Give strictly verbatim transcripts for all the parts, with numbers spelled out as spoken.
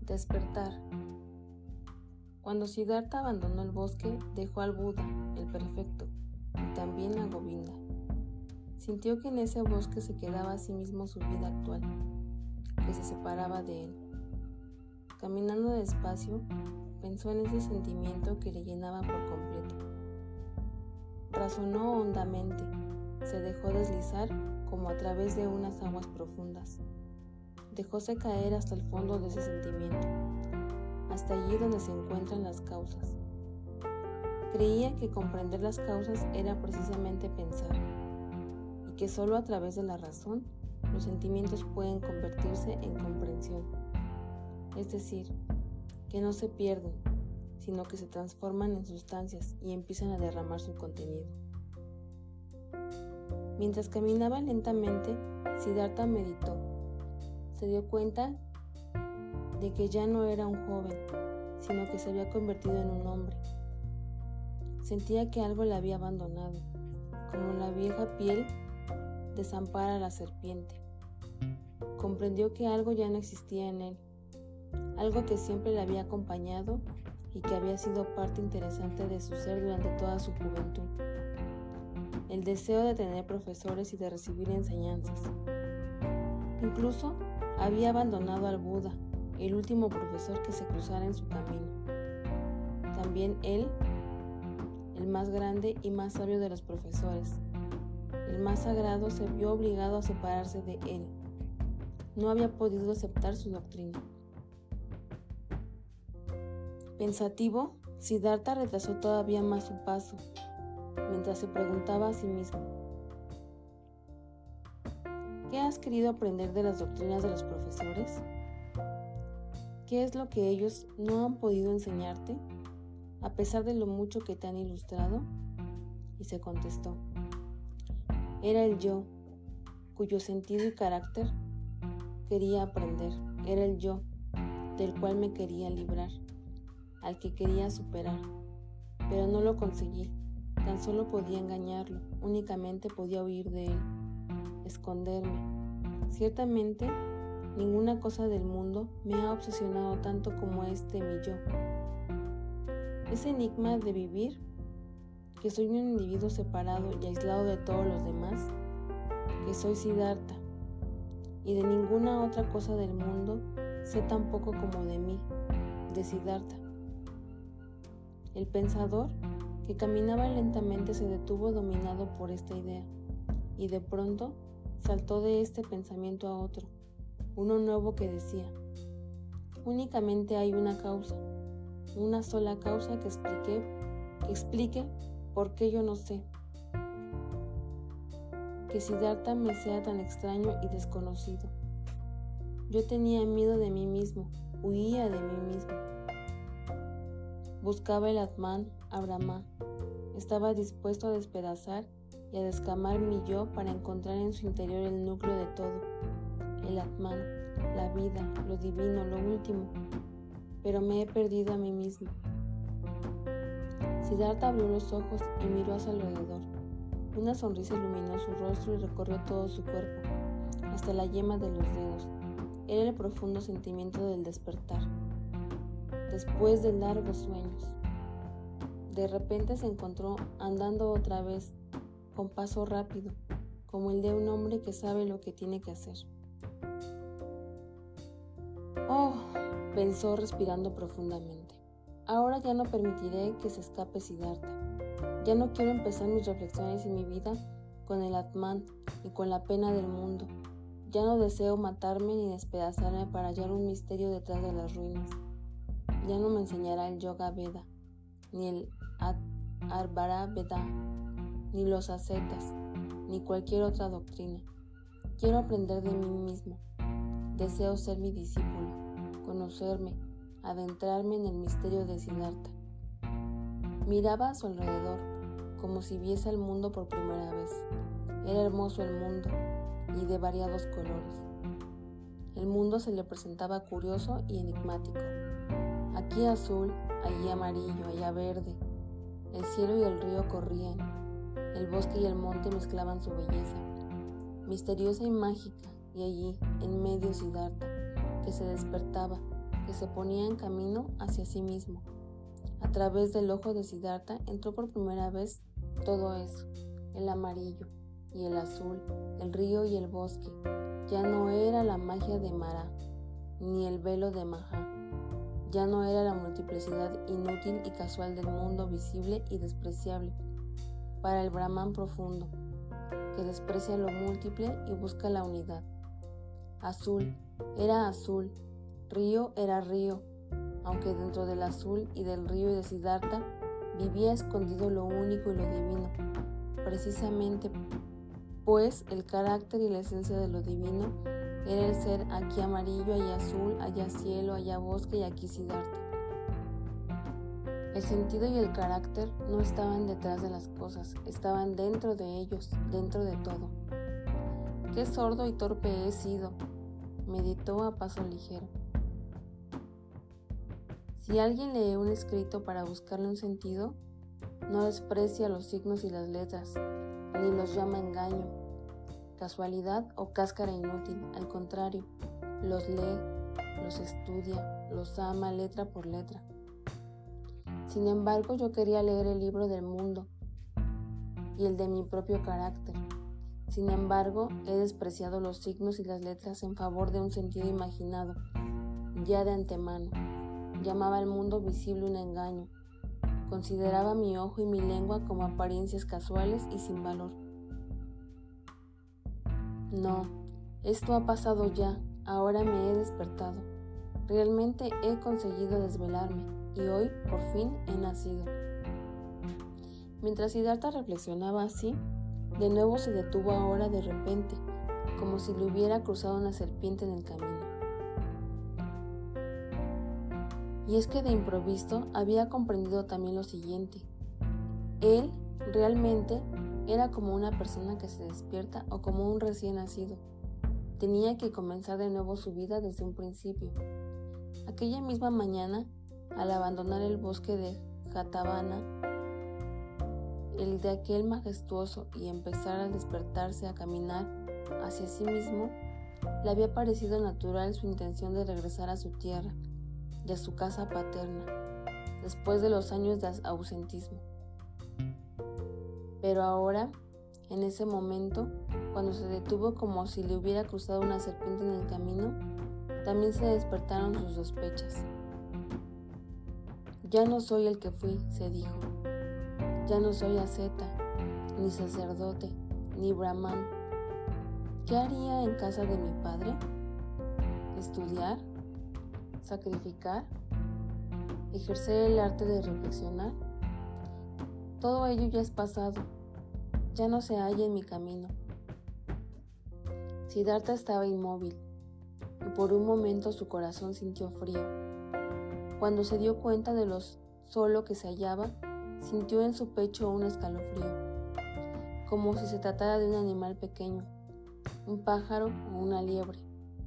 Despertar. Cuando Siddhartha abandonó el bosque, dejó al Buda, el perfecto, y también a Govinda. Sintió que en ese bosque se quedaba a sí mismo su vida actual, que se separaba de él. Caminando despacio, pensó en ese sentimiento que le llenaba por completo. Razonó hondamente, se dejó deslizar como a través de unas aguas profundas. Dejóse caer hasta el fondo de ese sentimiento, hasta allí donde se encuentran las causas. Creía que comprender las causas era precisamente pensar, y que solo a través de la razón los sentimientos pueden convertirse en comprensión. Es decir, que no se pierden, sino que se transforman en sustancias y empiezan a derramar su contenido. Mientras caminaba lentamente, Siddhartha meditó. Se dio cuenta de que ya no era un joven, sino que se había convertido en un hombre. Sentía que algo le había abandonado, como la vieja piel desampara a la serpiente. Comprendió que algo ya no existía en él, algo que siempre le había acompañado y que había sido parte interesante de su ser durante toda su juventud. El deseo de tener profesores y de recibir enseñanzas. Incluso había abandonado al Buda, el último profesor que se cruzara en su camino. También él, el más grande y más sabio de los profesores, el más sagrado, se vio obligado a separarse de él. No había podido aceptar su doctrina. Pensativo, Siddhartha retrasó todavía más su paso, mientras se preguntaba a sí mismo: ¿qué has querido aprender de las doctrinas de los profesores? ¿Qué es lo que ellos no han podido enseñarte, a pesar de lo mucho que te han ilustrado? Y se contestó: era el yo, cuyo sentido y carácter quería aprender. Era el yo, del cual me quería librar, al que quería superar, pero no lo conseguí. Tan solo podía engañarlo, únicamente podía huir de él, esconderme. Ciertamente, ninguna cosa del mundo me ha obsesionado tanto como este mi yo. Ese enigma de vivir, que soy un individuo separado y aislado de todos los demás, que soy Siddhartha, y de ninguna otra cosa del mundo sé tan poco como de mí, de Siddhartha. El pensador, que caminaba lentamente, se detuvo dominado por esta idea, y de pronto saltó de este pensamiento a otro, uno nuevo que decía: únicamente hay una causa, una sola causa que explique, que explique por qué yo no sé, que Siddhartha me sea tan extraño y desconocido. Yo tenía miedo de mí mismo, huía de mí mismo. Buscaba el Atman, a Brahma. Estaba dispuesto a despedazar y a descamar mi yo para encontrar en su interior el núcleo de todo, el Atman, la vida, lo divino, lo último. Pero me he perdido a mí mismo. Siddhartha abrió los ojos y miró a su alrededor. Una sonrisa iluminó su rostro y recorrió todo su cuerpo, hasta la yema de los dedos. Era el profundo sentimiento del despertar, después de largos sueños. De repente se encontró andando otra vez, con paso rápido, como el de un hombre que sabe lo que tiene que hacer. Oh, pensó respirando profundamente. Ahora ya no permitiré que se escape Siddhartha. Ya no quiero empezar mis reflexiones y mi vida con el Atman y con la pena del mundo. Ya no deseo matarme ni despedazarme para hallar un misterio detrás de las ruinas. Ya no me enseñará el Yoga Veda, ni el Advaita Veda, ni los ascetas, ni cualquier otra doctrina. Quiero aprender de mí mismo. Deseo ser mi discípulo, conocerme, adentrarme en el misterio de Siddhartha. Miraba a su alrededor, como si viese el mundo por primera vez. Era hermoso el mundo, y de variados colores. El mundo se le presentaba curioso y enigmático. Aquí azul, allí amarillo, allá verde. El cielo y el río corrían. El bosque y el monte mezclaban su belleza, misteriosa y mágica, y allí, en medio, Siddhartha, que se despertaba, que se ponía en camino hacia sí mismo. A través del ojo de Siddhartha entró por primera vez todo eso, el amarillo y el azul, el río y el bosque. Ya no era la magia de Mara, ni el velo de Maha. Ya no era la multiplicidad inútil y casual del mundo visible y despreciable para el Brahman profundo, que desprecia lo múltiple y busca la unidad. Azul era azul, río era río, aunque dentro del azul y del río y de Siddhartha vivía escondido lo único y lo divino, precisamente pues el carácter y la esencia de lo divino era el ser aquí amarillo, allá azul, allá cielo, allá bosque y aquí Siddhartha. El sentido y el carácter no estaban detrás de las cosas, estaban dentro de ellos, dentro de todo. Qué sordo y torpe he sido, meditó a paso ligero. Si alguien lee un escrito para buscarle un sentido, no desprecia los signos y las letras, ni los llama engaño, casualidad o cáscara inútil. Al contrario, los lee, los estudia, los ama letra por letra. Sin embargo, yo quería leer el libro del mundo y el de mi propio carácter. Sin embargo, he despreciado los signos y las letras en favor de un sentido imaginado, ya de antemano. Llamaba al mundo visible un engaño. Consideraba mi ojo y mi lengua como apariencias casuales y sin valor. No, esto ha pasado ya, ahora me he despertado. Realmente he conseguido desvelarme y hoy, por fin, he nacido. Mientras Siddhartha reflexionaba así, de nuevo se detuvo ahora de repente, como si le hubiera cruzado una serpiente en el camino. Y es que de improviso había comprendido también lo siguiente. Él realmente era como una persona que se despierta o como un recién nacido. Tenía que comenzar de nuevo su vida desde un principio. Aquella misma mañana, al abandonar el bosque de Jetavana, el de aquel majestuoso, y empezar a despertarse a caminar hacia sí mismo, le había parecido natural su intención de regresar a su tierra y a su casa paterna, después de los años de ausentismo. Pero ahora, en ese momento, cuando se detuvo como si le hubiera cruzado una serpiente en el camino, también se despertaron sus sospechas. Ya no soy el que fui, se dijo. Ya no soy asceta, ni sacerdote, ni brahman. ¿Qué haría en casa de mi padre? ¿Estudiar? ¿Sacrificar? ¿Ejercer el arte de reflexionar? Todo ello ya es pasado, ya no se halla en mi camino. Siddhartha estaba inmóvil, y por un momento su corazón sintió frío. Cuando se dio cuenta de lo solo que se hallaba, sintió en su pecho un escalofrío, como si se tratara de un animal pequeño, un pájaro o una liebre.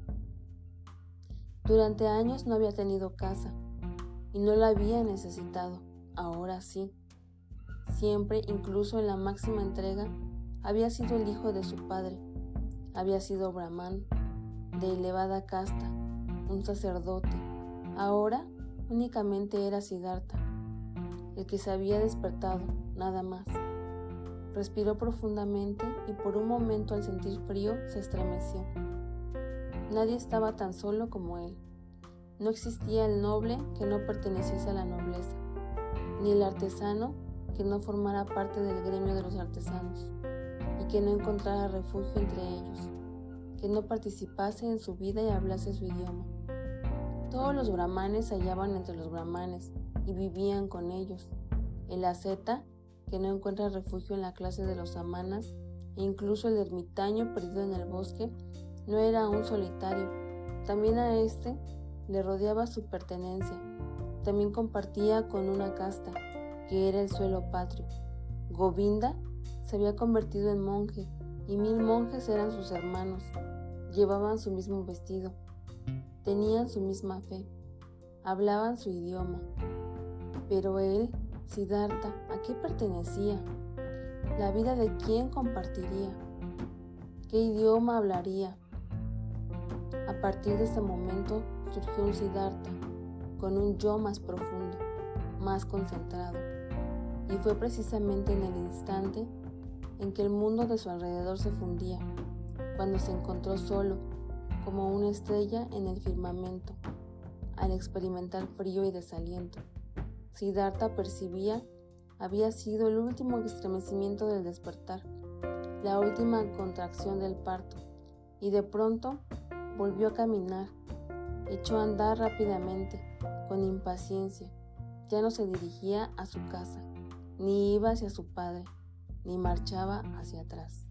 Durante años no había tenido casa, y no la había necesitado, ahora sí. Siempre, incluso en la máxima entrega, había sido el hijo de su padre, había sido brahman, de elevada casta, un sacerdote. Ahora únicamente era Siddhartha, el que se había despertado, nada más. Respiró profundamente y por un momento, al sentir frío, se estremeció. Nadie estaba tan solo como él. No existía el noble que no perteneciese a la nobleza, ni el artesano que no formara parte del gremio de los artesanos y que no encontrara refugio entre ellos, que no participase en su vida y hablase su idioma. Todos los brahmanes se hallaban entre los brahmanes y vivían con ellos. El asceta, que no encuentra refugio en la clase de los samanas, e incluso el ermitaño perdido en el bosque, no era un solitario. También a este le rodeaba su pertenencia. También compartía con una casta, que era el suelo patrio. Govinda se había convertido en monje, y mil monjes eran sus hermanos. Llevaban su mismo vestido, tenían su misma fe, hablaban su idioma. Pero él, Siddhartha, ¿a qué pertenecía? ¿La vida de quién compartiría? ¿Qué idioma hablaría? A partir de ese momento surgió un Siddhartha, con un yo más profundo, más concentrado. Y fue precisamente en el instante en que el mundo de su alrededor se fundía, cuando se encontró solo, como una estrella en el firmamento, al experimentar frío y desaliento. Siddhartha percibía había sido el último estremecimiento del despertar, la última contracción del parto, y de pronto volvió a caminar, echó a andar rápidamente, con impaciencia. Ya no se dirigía a su casa, ni iba hacia su padre, ni marchaba hacia atrás.